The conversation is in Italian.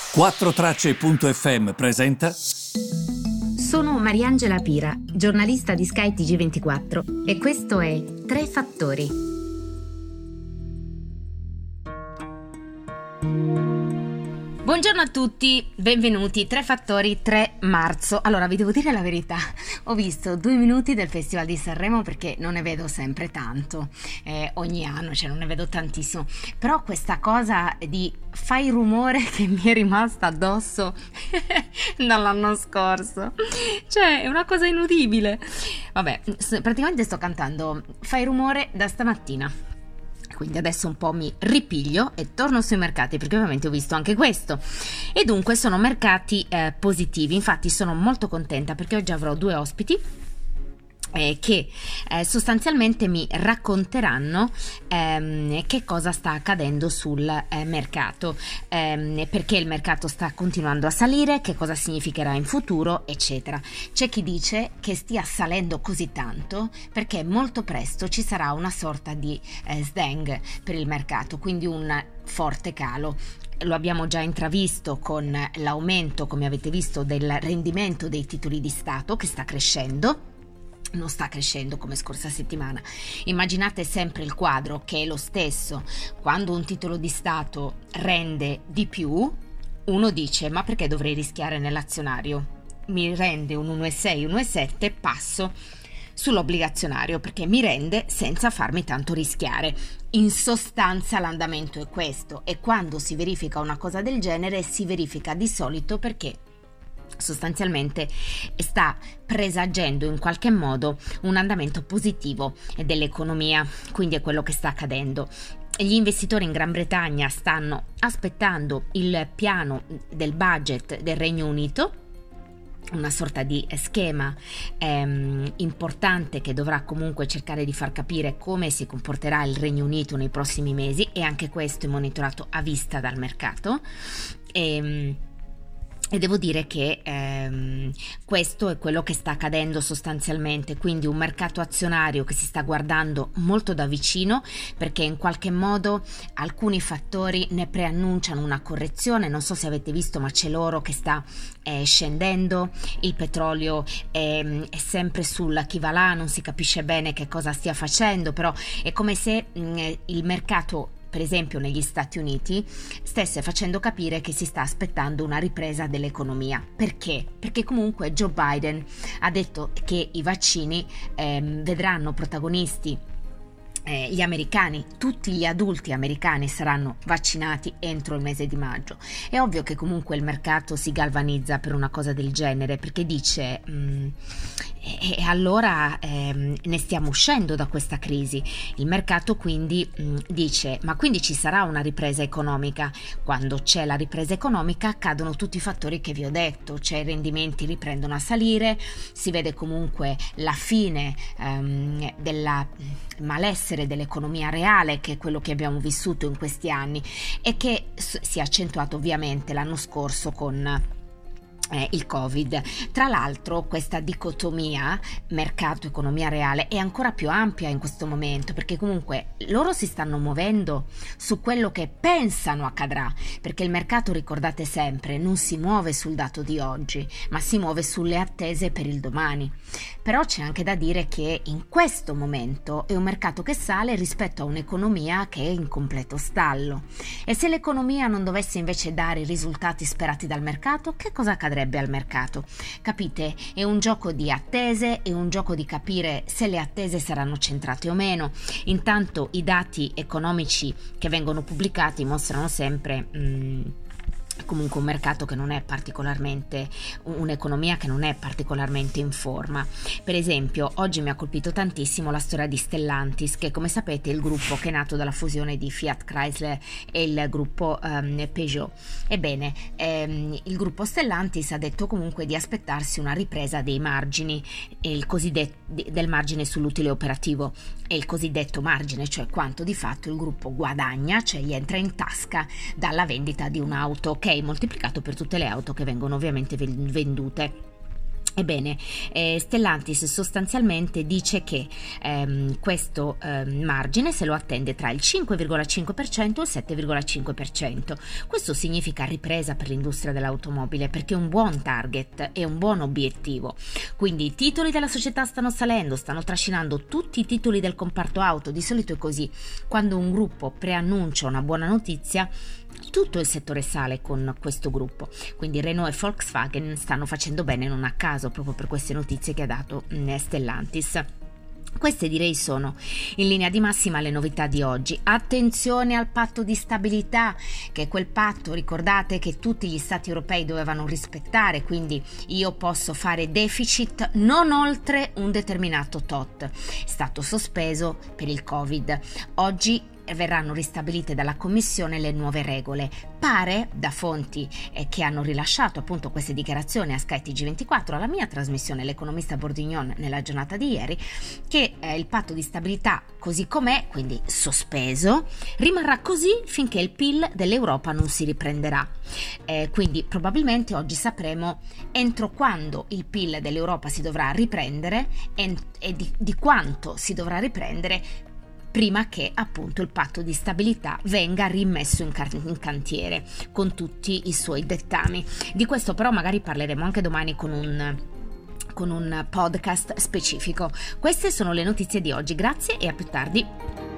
4Tracce.fm presenta. Sono Mariangela Pira, giornalista di Sky TG24 e questo è Tre Fattori. Buongiorno a tutti, benvenuti. Tre Fattori, 3 marzo. Allora, vi devo dire la verità, ho visto 2 minuti del Festival di Sanremo perché non ne vedo sempre tanto, ogni anno, cioè non ne vedo tantissimo. Però questa cosa di fai rumore che mi è rimasta addosso dall'anno scorso, cioè è una cosa inudibile. Vabbè, praticamente sto cantando Fai rumore da stamattina. Quindi adesso un po' mi ripiglio e torno sui mercati, perché ovviamente ho visto anche questo. E dunque sono mercati positivi. Infatti sono molto contenta perché oggi avrò 2 ospiti che sostanzialmente mi racconteranno che cosa sta accadendo sul mercato, perché il mercato sta continuando a salire, che cosa significherà in futuro, eccetera. C'è chi dice che stia salendo così tanto perché molto presto ci sarà una sorta di sdang per il mercato, quindi un forte calo. Lo abbiamo già intravisto con l'aumento, come avete visto, del rendimento dei titoli di Stato, che sta crescendo. Non sta crescendo come scorsa settimana. Immaginate sempre il quadro, che è lo stesso. Quando un titolo di Stato rende di più, uno dice: ma perché dovrei rischiare nell'azionario? Mi rende un 1,6, 1,7, passo sull'obbligazionario perché mi rende senza farmi tanto rischiare. In sostanza l'andamento è questo, e quando si verifica una cosa del genere si verifica di solito perché sostanzialmente sta presagendo in qualche modo un andamento positivo dell'economia, quindi è quello che sta accadendo. Gli investitori in Gran Bretagna stanno aspettando il piano del budget del Regno Unito, una sorta di schema importante che dovrà comunque cercare di far capire come si comporterà il Regno Unito nei prossimi mesi, e anche questo è monitorato a vista dal mercato. E devo dire che questo è quello che sta accadendo sostanzialmente, quindi un mercato azionario che si sta guardando molto da vicino, perché in qualche modo alcuni fattori ne preannunciano una correzione. Non so se avete visto, ma c'è l'oro che sta scendendo, il petrolio è sempre sul chi va là, non si capisce bene che cosa stia facendo, però è come se il mercato, per esempio negli Stati Uniti, stesse facendo capire che si sta aspettando una ripresa dell'economia. Perché? Perché comunque Joe Biden ha detto che i vaccini vedranno protagonisti gli americani, tutti gli adulti americani saranno vaccinati entro il mese di maggio. È ovvio che comunque il mercato si galvanizza per una cosa del genere, perché dice e allora ne stiamo uscendo da questa crisi. Il mercato quindi dice: ma quindi ci sarà una ripresa economica? Quando c'è la ripresa economica accadono tutti i fattori che vi ho detto, cioè i rendimenti riprendono a salire, si vede comunque la fine della malessere dell'economia reale, che è quello che abbiamo vissuto in questi anni e che si è accentuato ovviamente l'anno scorso con il Covid. Tra l'altro questa dicotomia mercato-economia reale è ancora più ampia in questo momento, perché comunque loro si stanno muovendo su quello che pensano accadrà, perché il mercato, ricordate sempre, non si muove sul dato di oggi, ma si muove sulle attese per il domani. Però c'è anche da dire che in questo momento è un mercato che sale rispetto a un'economia che è in completo stallo. E se l'economia non dovesse invece dare i risultati sperati dal mercato, che cosa accadrebbe al mercato? Capite? È un gioco di attese, è un gioco di capire se le attese saranno centrate o meno. Intanto i dati economici che vengono pubblicati mostrano sempre comunque un mercato che non è particolarmente, un'economia che non è particolarmente in forma. Per esempio, oggi mi ha colpito tantissimo la storia di Stellantis, che come sapete è il gruppo che è nato dalla fusione di Fiat Chrysler e il gruppo Peugeot. Ebbene, il gruppo Stellantis ha detto comunque di aspettarsi una ripresa dei margini, il del margine sull'utile operativo, e il cosiddetto margine, cioè quanto di fatto il gruppo guadagna, cioè gli entra in tasca dalla vendita di un'auto, ok, moltiplicato per tutte le auto che vengono ovviamente vendute. Ebbene, Stellantis sostanzialmente dice che questo margine se lo attende tra il 5,5% e il 7,5%. Questo significa ripresa per l'industria dell'automobile, perché è un buon target e un buon obiettivo. Quindi i titoli della società stanno salendo, stanno trascinando tutti i titoli del comparto auto. Di solito è così: quando un gruppo preannuncia una buona notizia, tutto il settore sale con questo gruppo. Quindi Renault e Volkswagen stanno facendo bene non a caso, proprio per queste notizie che ha dato Stellantis. Queste direi sono in linea di massima le novità di oggi. Attenzione al patto di stabilità, che è quel patto, ricordate, che tutti gli stati europei dovevano rispettare, quindi io posso fare deficit non oltre un determinato tot. È stato sospeso per il Covid. Oggi verranno ristabilite dalla Commissione le nuove regole. Pare, da fonti che hanno rilasciato appunto queste dichiarazioni a Sky TG24, alla mia trasmissione L'Economista Bordignon nella giornata di ieri, che il patto di stabilità così com'è, quindi sospeso, rimarrà così finché il PIL dell'Europa non si riprenderà. Quindi probabilmente oggi sapremo entro quando il PIL dell'Europa si dovrà riprendere e di quanto si dovrà riprendere prima che appunto il patto di stabilità venga rimesso in cantiere con tutti i suoi dettami. Di questo però magari parleremo anche domani con un podcast specifico. Queste sono le notizie di oggi, grazie e a più tardi.